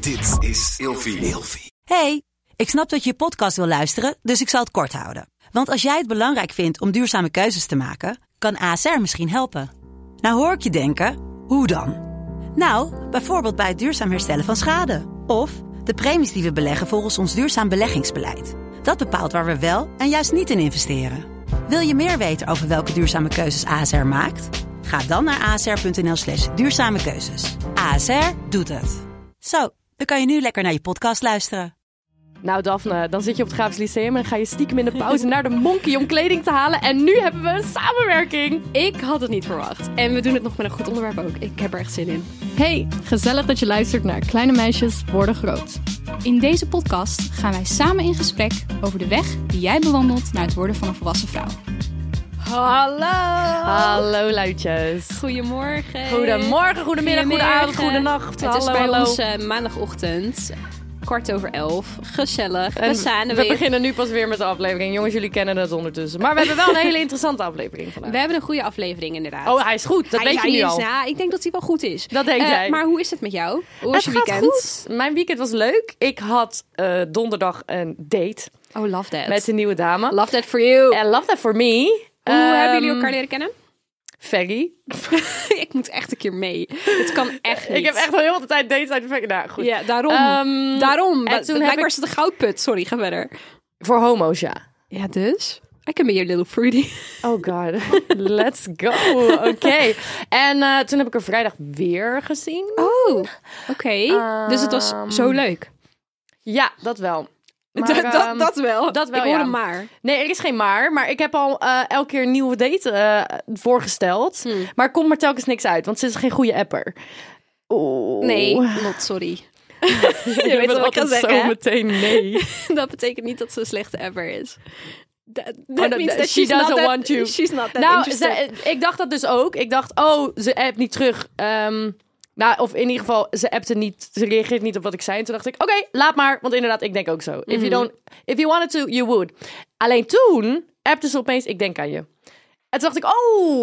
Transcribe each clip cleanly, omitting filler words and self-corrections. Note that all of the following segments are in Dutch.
Dit is Ilfie. Hey, ik snap dat je je podcast wil luisteren, dus ik zal het kort houden. Want als jij het belangrijk vindt om duurzame keuzes te maken, kan ASR misschien helpen. Nou hoor ik je denken, hoe dan? Nou, bijvoorbeeld bij het duurzaam herstellen van schade. Of de premies die we beleggen volgens ons duurzaam beleggingsbeleid. Dat bepaalt waar we wel en juist niet in investeren. Wil je meer weten over welke duurzame keuzes ASR maakt? Ga dan naar asr.nl/duurzame keuzes. ASR doet het. Zo, dan kan je nu lekker naar je podcast luisteren. Nou Daphne, dan zit je op het Grafisch Lyceum en ga je stiekem in de pauze naar de Monkey om kleding te halen. En nu hebben we een samenwerking. Ik had het niet verwacht. En we doen het nog met een goed onderwerp ook. Ik heb er echt zin in. Hey, gezellig dat je luistert naar Kleine Meisjes Worden Groot. In deze podcast gaan wij samen in gesprek over de weg die jij bewandelt naar het worden van een volwassen vrouw. Hallo! Hallo luidjes. Goedemorgen. Goedemorgen, goedemiddag, goedenavond, goedenacht. Het is bij hallo. ons maandagochtend, 11:15. Gezellig. We zijn er we weer. beginnen nu pas weer met de aflevering. Jongens, jullie kennen het ondertussen. Maar we hebben wel een hele interessante aflevering vandaag. We hebben een goede aflevering inderdaad. Oh, hij is goed. Dat weet je nu al. Ja, ik denk dat hij wel goed is. Dat denk jij. Maar hoe is het met jou? Hoe was je Het weekend? gaat goed. Mijn weekend was leuk. Ik had donderdag een date Oh, love that. met een nieuwe dame. Love that for you. En love that for me. Hoe hebben jullie elkaar leren kennen? Fergie. Ik moet echt een keer mee. Het kan echt niet. Ik heb echt al heel de tijd dates uit de Fergie. Nou, goed. Ja, daarom. En toen Blijkbaar is het een goudput. Sorry, ga verder. Voor homo's, ja. Ja, dus? I can be your little fruity. Oh god, let's go. Oké. En toen heb ik er vrijdag weer gezien. Oh, oké. Dus het was zo leuk. Ja, dat wel. Maar, dat wel. Dat wel, Ik hoor ja. een maar. Nee, er is geen maar ik heb al elke keer een nieuwe date voorgesteld. Maar er komt maar telkens niks uit, want ze is geen goede apper. Oeh. Nee, not sorry. Je weet wat ik ga zeggen, zo hè? meteen nee. Dat betekent niet dat ze een slechte apper is. That that means that she doesn't want you. She's not that Nou, interested. ik dacht dat dus ook. Ik dacht, ze appt niet terug. Nou, of in ieder geval, ze appte niet. Ze reageert niet op wat ik zei. En toen dacht ik, oké, laat maar. Want inderdaad, ik denk ook zo. If you wanted to, you would. Alleen toen appte ze opeens, ik denk aan je. En toen dacht ik,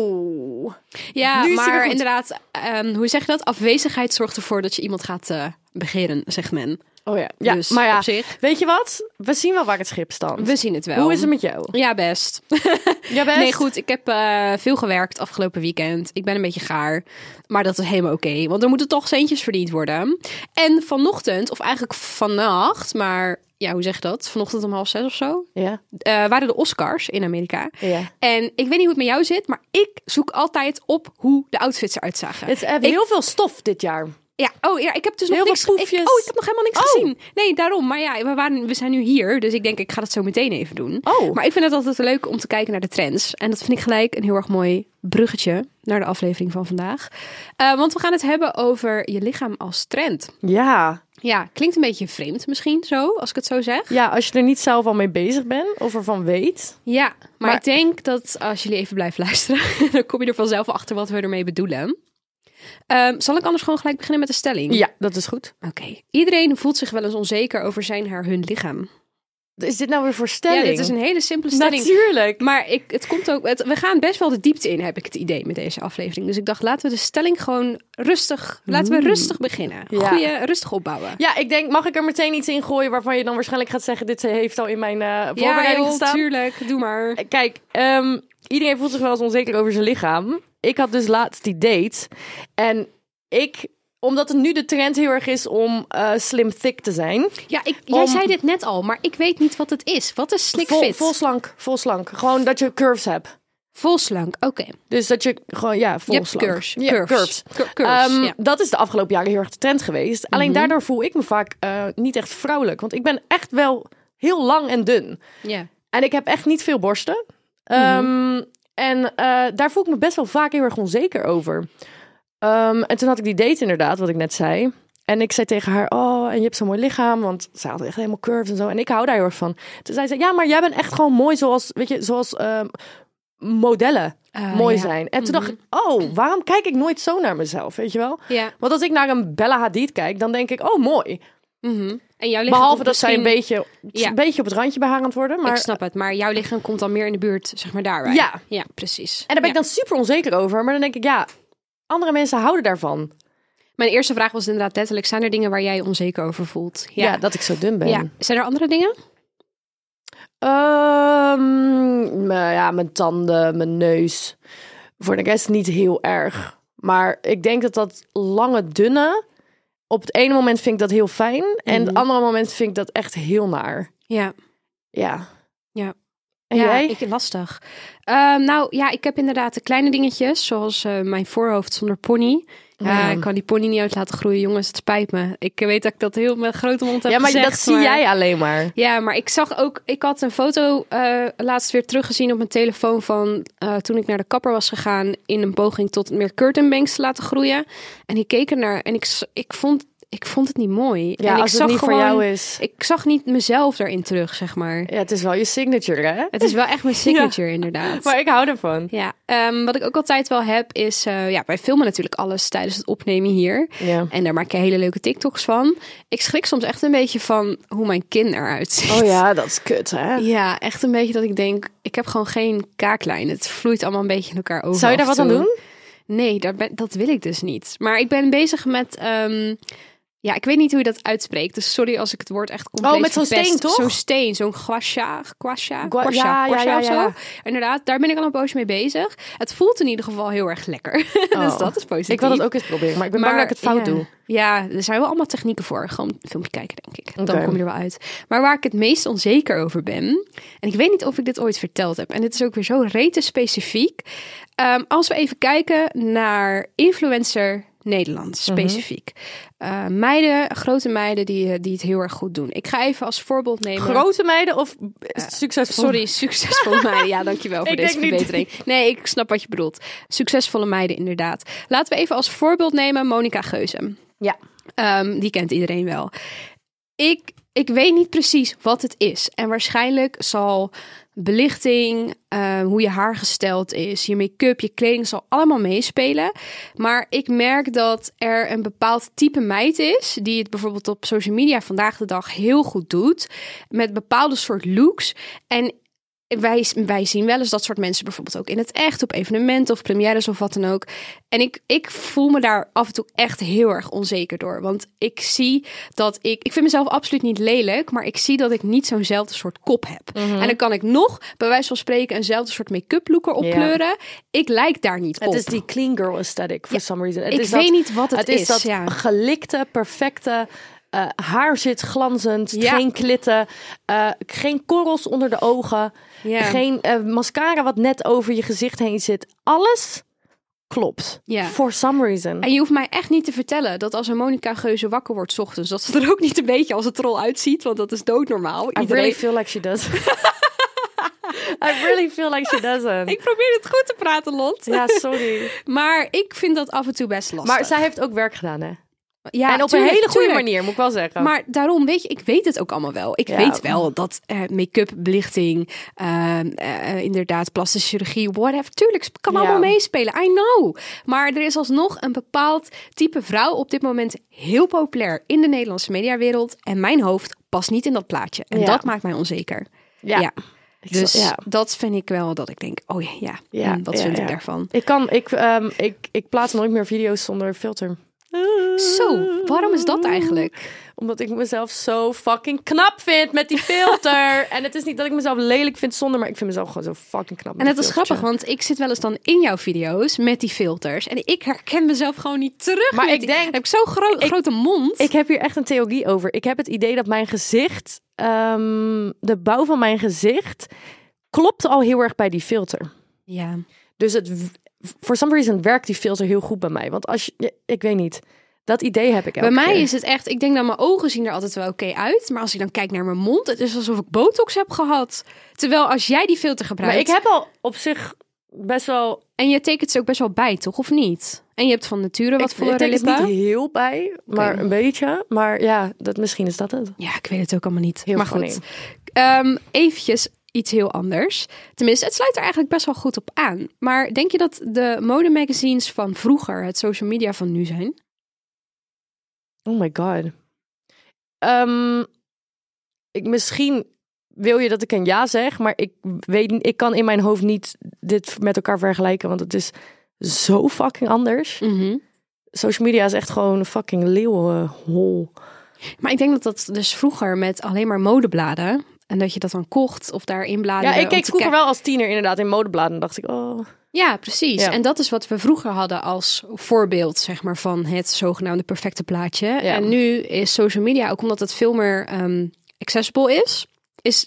Ja, nu is hij weer maar goed. inderdaad, hoe zeg je dat? Afwezigheid zorgt ervoor dat je iemand gaat begeren, zegt men. Oh ja, Dus maar ja, op zich. weet je wat? We zien wel waar het schip staat. We zien het wel. Hoe is het met jou? Ja, best. Ja, best? Nee, goed. Ik heb veel gewerkt afgelopen weekend. Ik ben een beetje gaar. Maar dat is helemaal oké. Want er moeten toch centjes verdiend worden. En vanochtend, of eigenlijk vannacht, maar ja, hoe zeg je dat? Vanochtend om 5:30 of zo, Ja. waren de Oscars in Amerika. Ja. En ik weet niet hoe het met jou zit, maar ik zoek altijd op hoe de outfits eruit zagen. Het heeft heel veel stof dit jaar. Ja, ik heb dus nog Heel niks. veel poefjes. Ik heb nog helemaal niks gezien. Nee, daarom. Maar ja, we zijn nu hier, dus ik denk ik ga dat zo meteen even doen. Oh. Maar ik vind het altijd leuk om te kijken naar de trends. En dat vind ik gelijk een heel erg mooi bruggetje naar de aflevering van vandaag. Want we gaan het hebben over je lichaam als trend. Ja. Ja, klinkt een beetje vreemd misschien zo, als ik het zo zeg. Ja, als je er niet zelf al mee bezig bent of ervan weet. Ja, maar Maar- ik denk dat als jullie even blijven luisteren, dan kom je er vanzelf achter wat we ermee bedoelen. Zal ik anders gewoon gelijk beginnen met de stelling? Ja, dat is goed. Oké. Iedereen voelt zich wel eens onzeker over hun lichaam. Is dit nou weer voor stelling? Ja, dit is een hele simpele stelling. Natuurlijk. Maar het komt ook. We gaan best wel de diepte in, heb ik het idee, met deze aflevering. Dus ik dacht, laten we de stelling gewoon rustig. Laten we rustig beginnen. Ja. Goeie, rustig opbouwen. Ja, ik denk, mag ik er meteen iets in gooien waarvan je dan waarschijnlijk gaat zeggen, dit heeft al in mijn voorbereiding gestaan? tuurlijk. Doe maar. Kijk, iedereen voelt zich wel eens onzeker over zijn lichaam. Ik had dus laatst die date. En omdat het nu de trend heel erg is om slim thick te zijn. Ja, jij zei dit net al, maar ik weet niet wat het is. Wat is slick fit? Vol slank. Gewoon dat je curves hebt. Vol slank, oké. Dus dat je gewoon, ja, vol Je hebt slank. curves. Ja, curves. Ja. Dat is de afgelopen jaren heel erg de trend geweest. Alleen daardoor voel ik me vaak niet echt vrouwelijk. Want ik ben echt wel heel lang en dun. Ja. En ik heb echt niet veel borsten. En daar voel ik me best wel vaak heel erg onzeker over. En toen had ik die date inderdaad, wat ik net zei. En ik zei tegen haar, en je hebt zo'n mooi lichaam. Want zij had echt helemaal curves en zo. En ik hou daar heel erg van. Toen zei ze, ja, maar jij bent echt gewoon mooi zoals modellen mooi zijn. En toen dacht ik, waarom kijk ik nooit zo naar mezelf, weet je wel? Ja. Want als ik naar een Bella Hadid kijk, dan denk ik, mooi. En jouw lichaam Behalve komt dat zij een misschien- beetje op het randje bij haar aan het worden. Maar... Ik snap het, maar jouw lichaam komt dan meer in de buurt, zeg maar daarbij. Ja. Ja, precies. En daar ben ik dan super onzeker over. Maar dan denk ik, ja, andere mensen houden daarvan. Mijn eerste vraag was inderdaad letterlijk, zijn er dingen waar jij je onzeker over voelt? Ja, dat ik zo dun ben. Ja. Zijn er andere dingen? Mijn tanden, mijn neus. Voor de rest niet heel erg. Maar ik denk dat lange, dunne... Op het ene moment vind ik dat heel fijn. En het andere moment vind ik dat echt heel naar. Ja. Ja. Ja. En jij? Ik lastig. Ik heb inderdaad de kleine dingetjes. Zoals mijn voorhoofd zonder pony. Ik kan die pony niet uit laten groeien. Jongens, het spijt me. Ik weet dat ik dat heel met grote mond heb gezegd. Ja, maar dat zie jij alleen maar. Ja, maar ik zag ook... Ik had een foto laatst weer teruggezien op mijn telefoon van... toen ik naar de kapper was gegaan... in een poging tot meer curtainbanks te laten groeien. En ik keek ernaar en ik vond het niet mooi. Ja, en als ik het niet voor jou is. Ik zag niet mezelf daarin terug, zeg maar. Ja, het is wel je signature, hè? Het is wel echt mijn signature, inderdaad. Maar ik hou ervan. Ja, wat ik ook altijd wel heb is... wij filmen natuurlijk alles tijdens het opnemen hier. Ja. En daar maak je hele leuke TikToks van. Ik schrik soms echt een beetje van hoe mijn kin eruit ziet. Oh ja, dat is kut, hè? Ja, echt een beetje dat ik denk... Ik heb gewoon geen kaaklijn. Het vloeit allemaal een beetje in elkaar over. Zou je daar wat aan doen? Nee, dat wil ik dus niet. Maar ik ben bezig met... ik weet niet hoe je dat uitspreekt. Dus sorry als ik het woord echt compleet met zo'n verpest. steen, toch? Zo'n steen, zo'n guasha of Ja. zo. Inderdaad, daar ben ik al een poosje mee bezig. Het voelt in ieder geval heel erg lekker. Dus dat is positief. Ik wil dat ook eens proberen, maar ik ben bang dat ik het fout doe. Ja, er zijn wel allemaal technieken voor. Gewoon een filmpje kijken, denk ik. Dan Okay. kom je er wel uit. Maar waar ik het meest onzeker over ben... en ik weet niet of ik dit ooit verteld heb... en dit is ook weer zo rete specifiek. Als we even kijken naar influencer... Nederland specifiek. Grote meiden die het heel erg goed doen. Ik ga even als voorbeeld nemen. Grote meiden of succesvol? Sorry, succesvolle meiden. Ja, dankjewel voor deze verbetering. Nee, ik snap wat je bedoelt. Succesvolle meiden, inderdaad. Laten we even als voorbeeld nemen Monica Geuze. Ja. Die kent iedereen wel. Ik weet niet precies wat het is. En waarschijnlijk zal belichting, hoe je haar gesteld is, je make-up, je kleding zal allemaal meespelen. Maar ik merk dat er een bepaald type meid is die het bijvoorbeeld op social media vandaag de dag heel goed doet. Met bepaalde soort looks. En wij zien wel eens dat soort mensen bijvoorbeeld ook in het echt op evenementen of premières of wat dan ook. En ik voel me daar af en toe echt heel erg onzeker door. Want ik zie dat ik vind mezelf absoluut niet lelijk, maar ik zie dat ik niet zo'nzelfde soort kop heb. En dan kan ik nog, bij wijze van spreken, eenzelfde soort make-up look erop kleuren. Ik lijk daar niet op. Het is die clean girl aesthetic, for some reason. Ik weet niet wat het is. Het is dat gelikte, perfecte... haar zit glanzend, geen klitten, geen korrels onder de ogen, geen mascara wat net over je gezicht heen zit. Alles klopt. For some reason. En je hoeft mij echt niet te vertellen dat als een Monica Geuze wakker wordt 's ochtends, dat ze er ook niet een beetje als een troll uitziet, want dat is doodnormaal. I really feel like she does. I really feel like she doesn't. Ik probeer het goed te praten, Lot. Ja, sorry. Maar ik vind dat af en toe best lastig. Maar zij heeft ook werk gedaan, hè? Ja, en op een hele goede manier, moet ik wel zeggen. Maar daarom, weet je, ik weet het ook allemaal wel. Ik weet wel dat make-up, belichting, inderdaad, plastische chirurgie, whatever. Tuurlijk, het kan allemaal meespelen. I know. Maar er is alsnog een bepaald type vrouw op dit moment heel populair in de Nederlandse mediawereld. En mijn hoofd past niet in dat plaatje. En dat maakt mij onzeker. Ja. Dus dat vind ik wel dat ik denk, wat vind ik daarvan? Ik plaats nooit meer video's zonder filter. Zo, waarom is dat eigenlijk? Omdat ik mezelf zo fucking knap vind met die filter. En het is niet dat ik mezelf lelijk vind zonder, maar ik vind mezelf gewoon zo fucking knap. En het is grappig, want ik zit wel eens dan in jouw video's met die filters. En ik herken mezelf gewoon niet terug. Maar ik denk, heb ik zo'n grote mond. Ik heb hier echt een theorie over. Ik heb het idee dat mijn gezicht, de bouw van mijn gezicht, klopt al heel erg bij die filter. Ja. Dus for some reason werkt die filter heel goed bij mij. Want ik weet niet, dat idee heb ik elke Bij mij keer. is het echt, ik denk dat mijn ogen zien er altijd wel oké uit. Maar als ik dan kijk naar mijn mond, het is alsof ik botox heb gehad. Terwijl als jij die filter gebruikt... Maar ik heb al op zich best wel... En je tekent ze ook best wel bij, toch? Of niet? En je hebt van nature wat vollere lippen. Ik niet heel bij, maar een beetje. Maar ja, misschien is dat het. Ja, ik weet het ook allemaal niet. Heel maar funny. goed. Eventjes iets heel anders. Tenminste, het sluit er eigenlijk best wel goed op aan. Maar denk je dat de modemagazines van vroeger het social media van nu zijn? Oh my god. Misschien wil je dat ik een ja zeg, maar ik kan in mijn hoofd niet dit met elkaar vergelijken, want het is zo fucking anders. Mm-hmm. social media is echt gewoon een fucking leeuwenhol. Maar ik denk dat dus vroeger met alleen maar modebladen... en dat je dat dan kocht of daarin bladen. Ja, ik keek vroeger wel als tiener inderdaad in modebladen. En dacht ik, Ja, precies. Ja. En dat is wat we vroeger hadden als voorbeeld, zeg maar, van het zogenaamde perfecte plaatje. Ja. En nu is social media, ook omdat het veel meer accessible is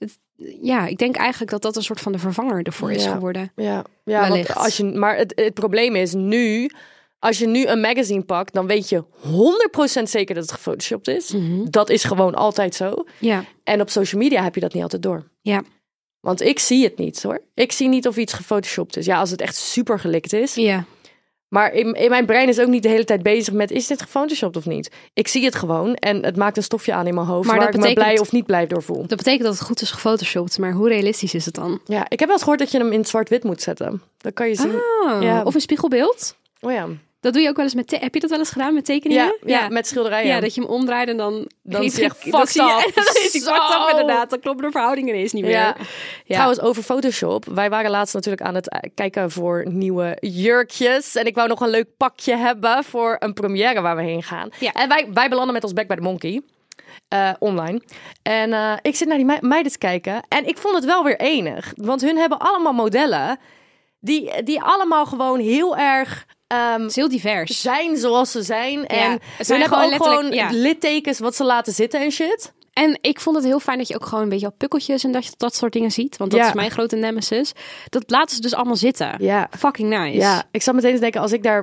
ik denk eigenlijk dat een soort van de vervanger ervoor is geworden. Ja, Wellicht. want maar het probleem is nu, als je nu een magazine pakt, dan weet je 100% zeker dat het gefotoshopt is. Dat is gewoon altijd zo. Ja. En op social media heb je dat niet altijd door. Ja. Want ik zie het niet, hoor. Ik zie niet of iets gefotoshopt is. Ja, als het echt super gelikt is. Ja. Maar in mijn brein is ook niet de hele tijd bezig met, is dit gefotoshopt of niet? Ik zie het gewoon en het maakt een stofje aan in mijn hoofd, Maar waar dat ik me betekent- blij of niet blij door voel. Dat betekent dat het goed is gefotoshopt, maar hoe realistisch is het dan? Ja, ik heb wel eens gehoord dat je hem in zwart-wit moet zetten. Dan kan je zien. Ja. Of een spiegelbeeld? Oh ja. Dat doe je ook wel eens met... Heb je dat wel eens gedaan met tekeningen? Ja, met schilderijen. Ja, dat je hem omdraait en dan zie je echt dan fucked zie je- up. Dan is hij fucked up Zo. inderdaad. Dan kloppen de verhoudingen ineens niet meer. Ja. Ja. Trouwens, over Photoshop. Wij waren laatst natuurlijk aan het kijken voor nieuwe jurkjes. En ik wou nog een leuk pakje hebben voor een première waar we heen gaan. Ja. En wij belanden met ons bek bij de Monkey. Online. En ik zit naar die meiden te kijken. En ik vond het wel weer enig. Want hun hebben allemaal modellen. Die allemaal gewoon heel erg... Het is heel divers. zijn zoals ze zijn. En het ze zijn hebben ook letterlijk- gewoon ja. littekens wat ze laten zitten en shit. En ik vond het heel fijn dat je ook gewoon een beetje al pukkeltjes en dat soort dingen ziet. Want dat Ja. is mijn grote nemesis. Dat laten ze dus allemaal zitten. Ja. Fucking nice. Ja, ik zat meteen te denken,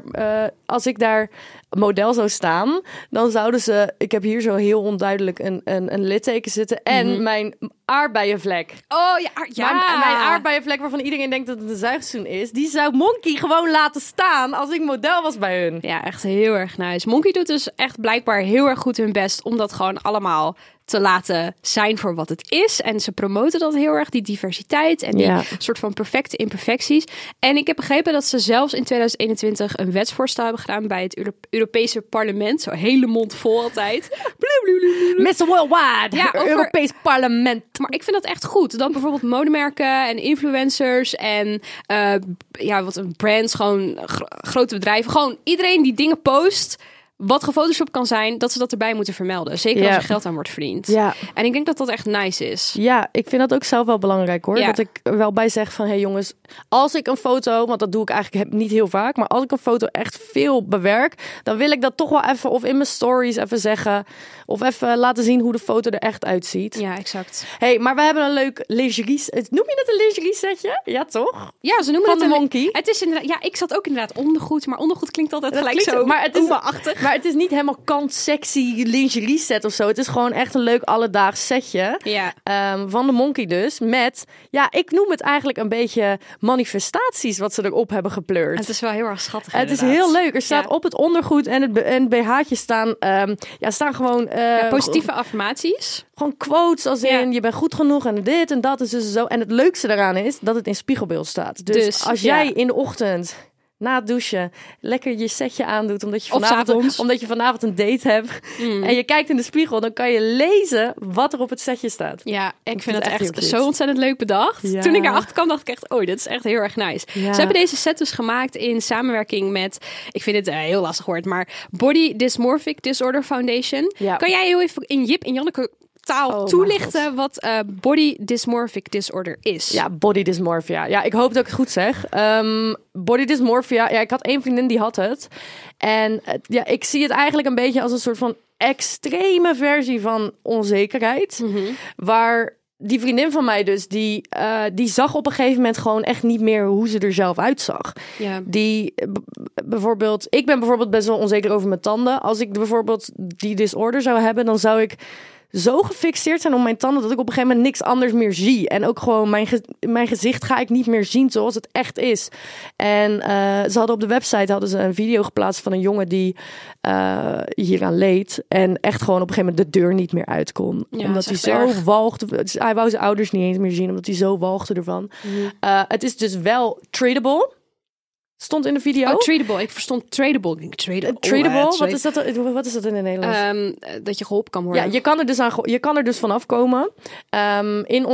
als ik daar model zou staan, dan zouden ze... Ik heb hier zo heel onduidelijk een litteken zitten en mijn aardbeienvlek. Oh ja. Mijn aardbeienvlek waarvan iedereen denkt dat het een zuigschoen is, die zou Monkey gewoon laten staan als ik model was bij hun. Ja, echt heel erg nice. Monkey doet dus echt blijkbaar heel erg goed hun best om dat gewoon allemaal te laten zijn voor wat het is. En ze promoten dat heel erg, die diversiteit en die soort van perfecte imperfecties. En ik heb begrepen dat ze zelfs in 2021 een wetsvoorstel hebben gedaan bij het Europese parlement. Zo hele mond vol altijd. Mr. Worldwide, Ja, over- Europees parlement. Maar ik vind dat echt goed. Dat bijvoorbeeld modemerken en influencers en wat een brands, gewoon grote bedrijven. Gewoon iedereen die dingen post wat gefotoshopt kan zijn, dat ze dat erbij moeten vermelden. Zeker als er geld aan wordt verdiend. Ja. En ik denk dat dat echt nice is. Ja, ik vind dat ook zelf wel belangrijk hoor. Ja. Dat ik er wel bij zeg van, hey jongens, als ik een foto, want dat doe ik eigenlijk niet heel vaak, maar als ik een foto echt veel bewerk, dan wil ik dat toch wel even of in mijn stories even zeggen, of even laten zien hoe de foto er echt uitziet. Ja, exact. Hey, maar we hebben een leuk lingerie. Noem je het een lingerie setje? Ja, toch? Ja, ze noemen Van het de een Monkey. Het is inderdaad, ja, ik zat ook inderdaad ondergoed, maar ondergoed klinkt altijd Dat gelijk klinkt- zo. maar het is Oema-achtig. Maar het is niet helemaal kant sexy lingerie set of zo. Het is gewoon echt een leuk alledaags setje. Ja. Van de Monkey dus. Met, ja, ik noem het eigenlijk een beetje manifestaties wat ze erop hebben gepleurd. Het is wel heel erg schattig. Het is inderdaad. heel leuk. Er staat op het ondergoed en het BH'tje staan gewoon... Positieve affirmaties. Gewoon quotes als in, je bent goed genoeg en dit en dat is dus zo. En het leukste daaraan is dat het in spiegelbeeld staat. Dus als jij in de ochtend na het douchen lekker je setje aandoet, omdat je vanavond een date hebt en je kijkt in de spiegel, dan kan je lezen wat er op het setje staat. Ja, ik vind is het echt heel echt cute. zo ontzettend leuk bedacht. Ja. Toen ik erachter kwam, dacht ik echt, dit is echt heel erg nice. Ja. Ze hebben deze set dus gemaakt in samenwerking met, ik vind het een heel lastig woord, maar Body Dysmorphic Disorder Foundation. Ja. Kan jij heel even in Jip en Janneke taal toelichten wat Body Dysmorphic Disorder is? Ja, body dysmorphia. Ja, ik hoop dat ik het goed zeg. Body dysmorphia. Ja, ik had één vriendin die had het. En ik zie het eigenlijk een beetje als een soort van extreme versie van onzekerheid. Waar die vriendin van mij dus, die zag op een gegeven moment gewoon echt niet meer hoe ze er zelf uitzag. Ja. Ik ben bijvoorbeeld best wel onzeker over mijn tanden. Als ik bijvoorbeeld die disorder zou hebben, dan zou ik zo gefixeerd zijn op mijn tanden dat ik op een gegeven moment niks anders meer zie. En ook gewoon mijn gezicht ga ik niet meer zien zoals het echt is. En ze hadden op de website een video geplaatst van een jongen die hieraan leed. En echt gewoon op een gegeven moment de deur niet meer uit kon. Ja, omdat hij zo walgde. Hij wou zijn ouders niet eens meer zien, omdat hij zo walgde ervan. Het is dus wel treatable. Stond in de video. Oh, tradable. Ik verstond tradable. Tradable? Wat is dat in het Nederlands? Dat je geholpen kan worden. Ja, je kan er dus vanaf komen. In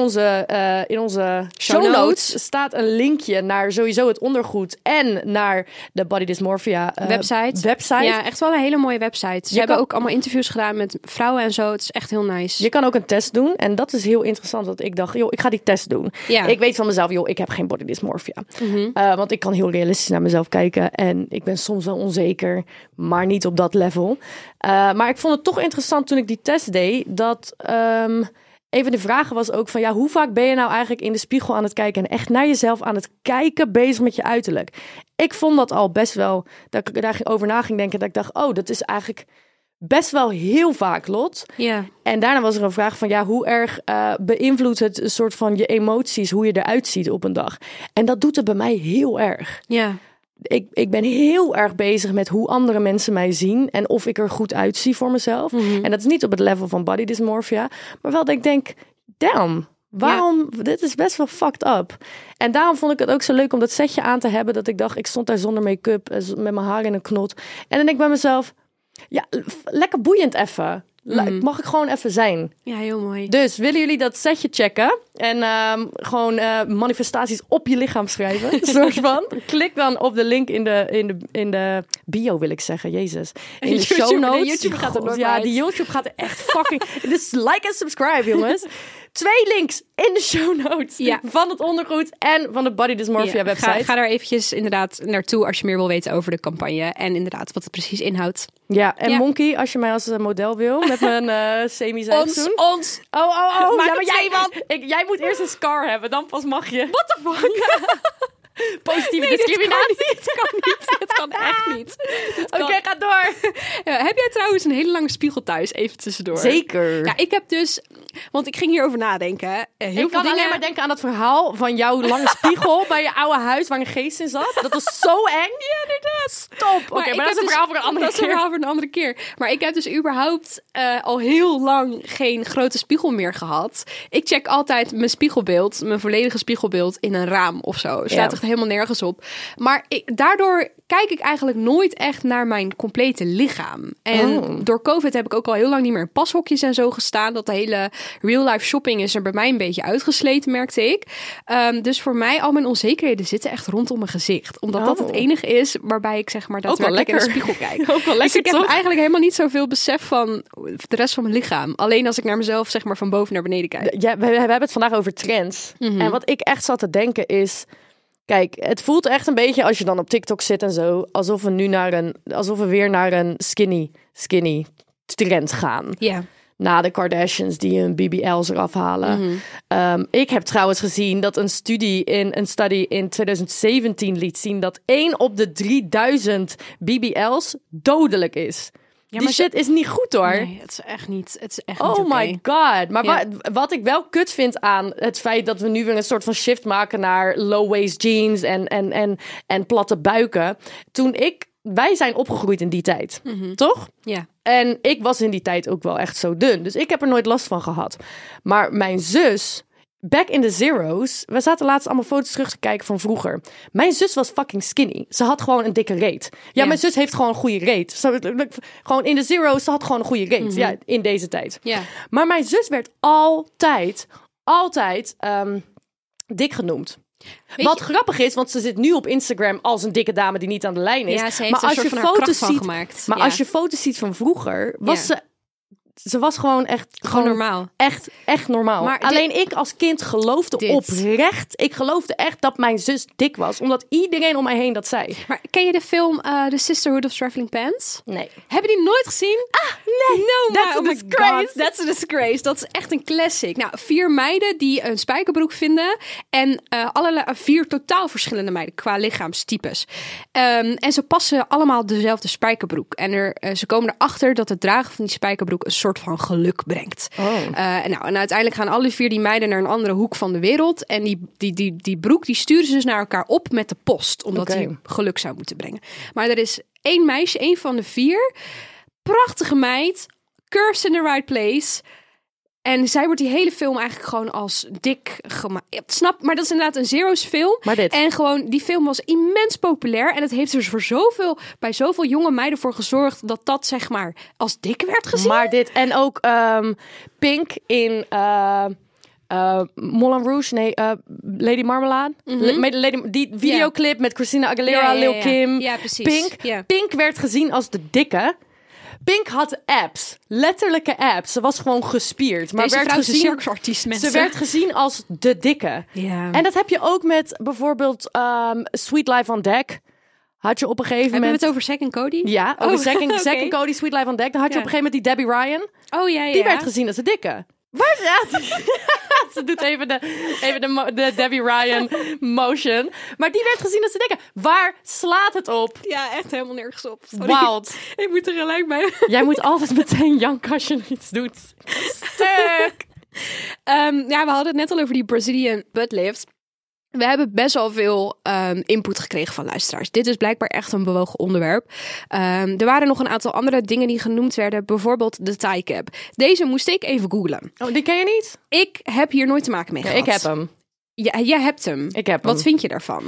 onze show notes staat een linkje naar sowieso het ondergoed en naar de Body Dysmorphia website. Ja, echt wel een hele mooie website. Ze hebben ook allemaal interviews gedaan met vrouwen en zo. Het is echt heel nice. Je kan ook een test doen. En dat is heel interessant. Want ik dacht, ik ga die test doen. Ja. Ik weet van mezelf, ik heb geen body dysmorphia. Want ik kan heel realistisch naar mezelf kijken. En ik ben soms wel onzeker. Maar niet op dat level. Maar ik vond het toch interessant toen ik die test deed. Dat een van de vragen was ook van... hoe vaak ben je nou eigenlijk in de spiegel aan het kijken... en echt naar jezelf aan het kijken bezig met je uiterlijk? Ik vond dat al best wel... dat ik daar over na ging denken. Dat ik dacht, dat is eigenlijk... best wel heel vaak, Lot. Ja. En daarna was er een vraag van... hoe erg beïnvloedt het een soort van je emoties... hoe je eruit ziet op een dag? En dat doet het bij mij heel erg. Ja. Ik ben heel erg bezig met hoe andere mensen mij zien... en of ik er goed uitzie voor mezelf. En dat is niet op het level van body dysmorphia... maar wel dat ik denk, damn... waarom? Ja. Dit is best wel fucked up. En daarom vond ik het ook zo leuk om dat setje aan te hebben... dat ik dacht, ik stond daar zonder make-up... met mijn haar in een knot. En dan denk ik bij mezelf... ja, lekker boeiend even. Mag ik gewoon even zijn. Ja, heel mooi. Dus willen jullie dat setje checken? En gewoon manifestaties op je lichaam schrijven. soort van. Klik dan op de link in de bio, wil ik zeggen. Jezus. In de show notes. YouTube gaat er nooit uit. Die YouTube gaat er echt fucking... Dus like en subscribe, jongens. 2 links in de show notes. Van het ondergoed en van de Body Dysmorphia website. Ga daar eventjes inderdaad naartoe als je meer wil weten over de campagne. En inderdaad wat het precies inhoudt. Ja, en Monkey, als je mij als model wil met mijn semi-zijpzoen. Ons. Oh. Ja, maar jij moet eerst een scar hebben, dan pas mag je. What the fuck? Positieve discriminatie. Het kan niet. Het kan echt niet. Oké, ga door. Heb jij trouwens een hele lange spiegel thuis? Even tussendoor. Zeker. Ja, ik heb dus... Want ik ging hierover nadenken. Ik kan alleen maar denken aan dat verhaal van jouw lange spiegel bij je oude huis waar een geest in zat. Dat was zo eng. Ja, inderdaad. Stop. Oké, maar dat is een verhaal voor een andere keer. Dat is een verhaal voor een andere keer. Maar ik heb dus überhaupt al heel lang geen grote spiegel meer gehad. Ik check altijd mijn spiegelbeeld, mijn volledige spiegelbeeld in een raam of zo. Staat echt helemaal nergens op. Maar daardoor kijk ik eigenlijk nooit echt naar mijn complete lichaam. En door COVID heb ik ook al heel lang niet meer in pashokjes en zo gestaan. Dat de hele real-life shopping is er bij mij een beetje uitgesleten, merkte ik. Dus voor mij, al mijn onzekerheden zitten echt rondom mijn gezicht. Omdat dat het enige is waarbij ik zeg maar daadwerkelijk in de spiegel kijk. Ook wel lekker, dus ik heb toch? eigenlijk helemaal niet zoveel besef van de rest van mijn lichaam. Alleen als ik naar mezelf zeg maar van boven naar beneden kijk. Ja, we hebben het vandaag over trends. En wat ik echt zat te denken is... Kijk, het voelt echt een beetje als je dan op TikTok zit en zo... alsof we weer naar een skinny trend gaan. Ja. Na de Kardashians die hun BBL's eraf halen. Ik heb trouwens gezien dat een studie in 2017 liet zien... dat 1 op de 3000 BBL's dodelijk is. Ja, die shit is niet goed, hoor. Nee, het is echt niet Oh niet okay. my god. Maar wat ik wel kut vind aan het feit dat we nu weer een soort van shift maken naar low-waist jeans en platte buiken. Wij zijn opgegroeid in die tijd, toch? Ja. En ik was in die tijd ook wel echt zo dun. Dus ik heb er nooit last van gehad. Maar mijn zus... Back in the zeros, we zaten laatst allemaal foto's terug te kijken van vroeger. Mijn zus was fucking skinny. Ze had gewoon een dikke reet. Ja, mijn zus heeft gewoon een goede reet. Gewoon in de zeros, ze had gewoon een goede reet. Ja, in deze tijd. Ja. Maar mijn zus werd altijd dik genoemd. Wat grappig is, want ze zit nu op Instagram als een dikke dame die niet aan de lijn is. Ja, ze heeft een soort van haar kracht van gemaakt. Maar als je foto's ziet van vroeger, was ze was gewoon echt... Gewoon normaal. Echt normaal. Maar alleen ik als kind geloofde oprecht... Ik geloofde echt dat mijn zus dik was. Omdat iedereen om mij heen dat zei. Maar ken je de film The Sisterhood of Traveling Pants? Nee. Heb je die nooit gezien? Nee. No, That's a disgrace. That's a disgrace. Dat is echt een classic. Nou, 4 meiden die een spijkerbroek vinden. En 4 totaal verschillende meiden qua lichaamstypes. En ze passen allemaal dezelfde spijkerbroek. En ze komen erachter dat het dragen van die spijkerbroek een soort van geluk brengt. En uiteindelijk gaan alle 4 die meiden naar een andere hoek van de wereld. En die broek, die sturen ze dus naar elkaar op met de post. Omdat die geluk zou moeten brengen. Maar er is 1 meisje, 1 van de 4. Prachtige meid. Curves in the right place. En zij wordt die hele film eigenlijk gewoon als dik gemaakt. Snap, maar dat is inderdaad een Zero's film. Maar dit. En gewoon, die film was immens populair. En het heeft dus bij zoveel jonge meiden voor gezorgd dat zeg maar als dik werd gezien. Maar dit. En ook Pink in Moulin Rouge. Lady Marmalade. Die videoclip met Christina Aguilera, Lil Kim. Ja, precies. Pink. Ja. Pink werd gezien als de dikke. Pink had abs. Letterlijke abs. Ze was gewoon gespierd. Maar Deze werd vrouw is een gezien, circusartiest, mensen. ze werd gezien als de dikke. Ja. En dat heb je ook met bijvoorbeeld Sweet Life on Deck. Had je op een gegeven Hebben we moment... het over Zack en Cody? Ja, over Zack en oké. Cody, Sweet Life on Deck. Dan had je op een gegeven moment die Debbie Ryan. Oh ja, ja. Die werd gezien als de dikke. Waar ze doet even de Debbie Ryan motion. Maar die werd gezien als de dikke. Waar slaat het op? Ja, echt helemaal nergens op. Sorry. Wild. Ik moet er gelijk bij. Jij moet altijd meteen janken als je iets doet. Stuk. Ja, we hadden het net al over die Brazilian butt lift. We hebben best wel veel input gekregen van luisteraars. Dit is blijkbaar echt een bewogen onderwerp. Er waren nog een aantal andere dingen die genoemd werden. Bijvoorbeeld de thigh cap. Deze moest ik even googlen. Oh, die ken je niet? Ik heb hier nooit te maken mee gehad. Ik heb hem. Ja, jij hebt hem. Ik heb hem. Wat vind je daarvan?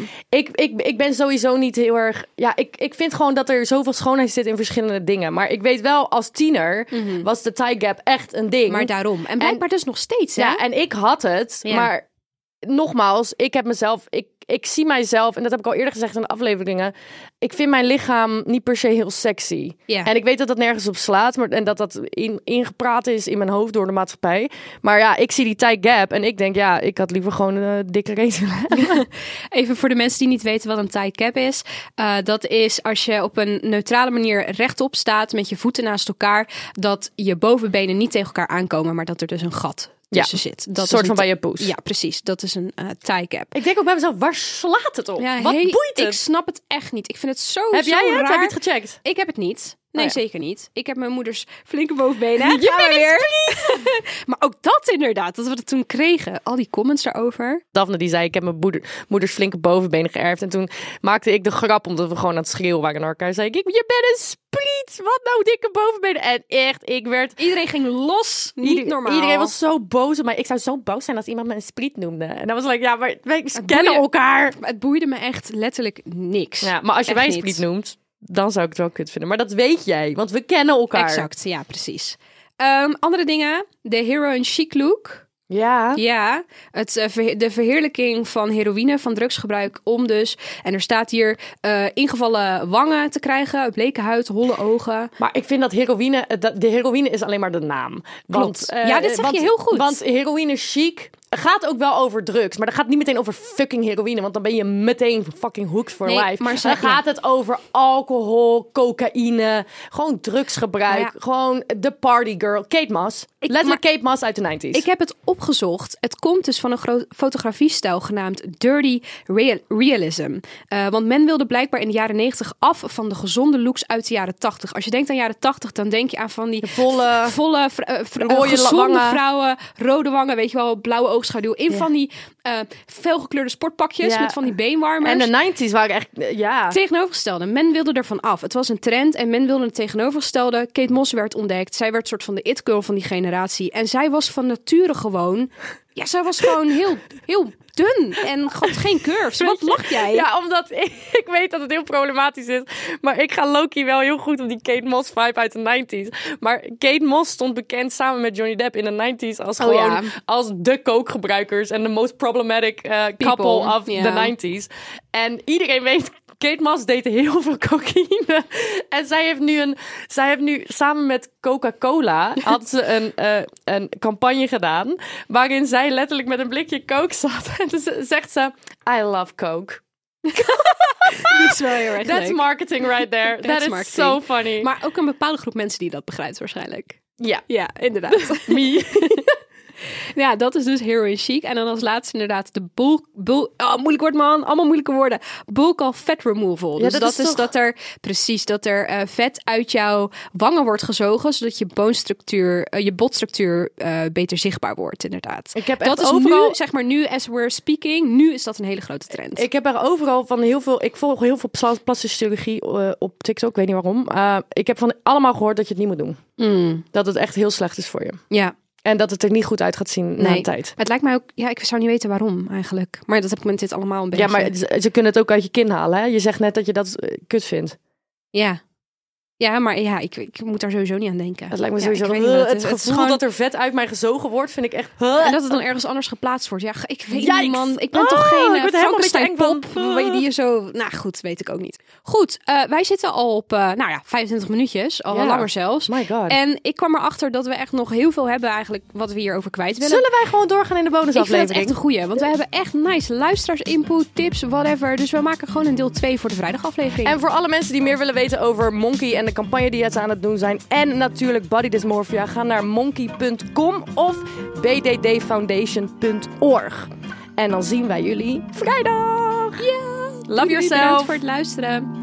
Ik ben sowieso niet heel erg... Ja, ik vind gewoon dat er zoveel schoonheid zit in verschillende dingen. Maar ik weet wel, als tiener was de thigh gap echt een ding. Maar daarom. En blijkbaar dus nog steeds, hè? Ja, en ik had het. Ja. Maar nogmaals, ik heb mezelf... Ik zie mijzelf, en dat heb ik al eerder gezegd in de afleveringen. Ik vind mijn lichaam niet per se heel sexy. Ja. En ik weet dat dat nergens op slaat. En dat ingepraat is in mijn hoofd door de maatschappij. Maar ja, ik zie die thigh gap. En ik denk, ja, ik had liever gewoon een dikke reet willen hebben. Even voor de mensen die niet weten wat een thigh cap is. Dat is als je op een neutrale manier rechtop staat met je voeten naast elkaar. Dat je bovenbenen niet tegen elkaar aankomen, maar dat er dus een gat tussen zit. Dat een soort is van bij je poes. Ja, precies. Dat is een thigh cap. Ik denk ook bij mezelf, waar slaat het op? Ja, Wat boeit het? Ik snap het echt niet. Ik vind het zo Heb jij het? raar. Heb je het gecheckt? Ik heb het niet. Nee, Oh ja. zeker niet. Ik heb mijn moeders flinke bovenbenen. Je Gaan we bent weer. Maar ook dat inderdaad, dat we het toen kregen. Al die comments daarover. Daphne die zei, ik heb mijn moeders flinke bovenbenen geërfd. En toen maakte ik de grap, omdat we gewoon aan het schreeuwen waren naar elkaar. Zei ik, je bent een spliet. Wat nou dikke bovenbenen. En echt, ik werd... Iedereen ging los. Niet normaal. Iedereen was zo boos op mij. Ik zou zo boos zijn als iemand me een spliet noemde. En dan was ik, ja, maar wij kennen elkaar. Het boeide me echt letterlijk niks. Ja, maar als je Echt mij een niet. spliet noemt, dan zou ik het wel kut vinden. Maar dat weet jij, want we kennen elkaar. Exact, ja, precies. Andere dingen. De heroin chic look. Ja. Ja, de verheerlijking van heroïne, van drugsgebruik om dus. En er staat hier ingevallen wangen te krijgen, bleke huid, holle ogen. Maar ik vind dat heroïne, de heroïne is alleen maar de naam. Want, Klopt. Ja, dit zeg je heel goed. Want heroïne chic gaat ook wel over drugs. Maar dat gaat niet meteen over fucking heroïne. Want dan ben je meteen fucking hooked for life. Maar dan gaat het over alcohol, cocaïne, gewoon drugsgebruik. Nou ja. Gewoon de party girl. Kate Moss. Letterlijk Kate Moss uit de 90s. Ik heb het opgezocht. Het komt dus van een fotografiestijl genaamd Dirty Realism. Want men wilde blijkbaar in de jaren 90 af van de gezonde looks uit de jaren 80. Als je denkt aan jaren 80, dan denk je aan van die volle gezonde wangen. vrouwen, rode wangen, weet je wel, blauwe oogschaduw. In van die felgekleurde sportpakjes met van die beenwarmers. En de 90s waren echt, Tegenovergestelde. Men wilde ervan af. Het was een trend en men wilde het tegenovergestelde. Kate Moss werd ontdekt. Zij werd soort van de it-girl van die generatie. En zij was van nature gewoon... Ja, zij was gewoon heel dun en had geen curves. Wat lach jij? Ja, omdat ik weet dat het heel problematisch is. Maar ik ga Loki wel heel goed op die Kate Moss vibe uit de 90s. Maar Kate Moss stond bekend samen met Johnny Depp in de 90s als als de coke-gebruikers en de most problematic couple of the 90s. En iedereen weet, Kate Moss deed heel veel cocaïne. En zij heeft nu samen met Coca-Cola had ze een campagne gedaan waarin zij letterlijk met een blikje coke zat. En toen zegt ze, I love coke. Die is wel heel erg That's leuk. marketing right there. That is so funny. Maar ook een bepaalde groep mensen die dat begrijpt waarschijnlijk. Ja. Ja, inderdaad. Me. Ja, dat is dus heroin chic. En dan als laatste inderdaad de moeilijk woord man, allemaal moeilijke woorden. Bulk fat removal. Ja, Dus dat is toch... dat er vet uit jouw wangen wordt gezogen, zodat je botstructuur beter zichtbaar wordt, inderdaad. Ik heb dat echt is overal... nu, zeg maar nu as we're speaking, nu is dat een hele grote trend. Ik heb er overal van heel veel... Ik volg heel veel plastische chirurgie op TikTok. Ik weet niet waarom. Ik heb van allemaal gehoord dat je het niet moet doen. Dat het echt heel slecht is voor je. Ja. En dat het er niet goed uit gaat zien na een tijd. Het lijkt mij ook... Ja, ik zou niet weten waarom eigenlijk. Maar dat heb ik met dit allemaal een beetje... Ja, maar ze kunnen het ook uit je kin halen. Hè? Je zegt net dat je dat kut vindt. Ja. Ja, maar ja, ik moet daar sowieso niet aan denken. Het lijkt me sowieso... ik weet niet wat het gevoel is gewoon... dat er vet uit mij gezogen wordt, vind ik echt... En dat het dan ergens anders geplaatst wordt. Ja, ik weet niet, man. Ik ben toch geen Frankenstein-pop die je zo... Nou goed, weet ik ook niet. Goed, wij zitten al op 25 minuutjes. Al langer zelfs. My God. En ik kwam erachter dat we echt nog heel veel hebben eigenlijk wat we hierover kwijt willen. Zullen wij gewoon doorgaan in de bonusaflevering? Ik vind het echt een goeie. Want we hebben echt nice luisteraars-input, tips, whatever. Dus we maken gewoon een deel 2 voor de vrijdagaflevering. En voor alle mensen die meer willen weten over Monki en de campagne die het aan het doen zijn. En natuurlijk Body Dysmorphia. Ga naar monki.com of bddfoundation.org. En dan zien wij jullie vrijdag. Ja. Love yourself. Bedankt voor het luisteren.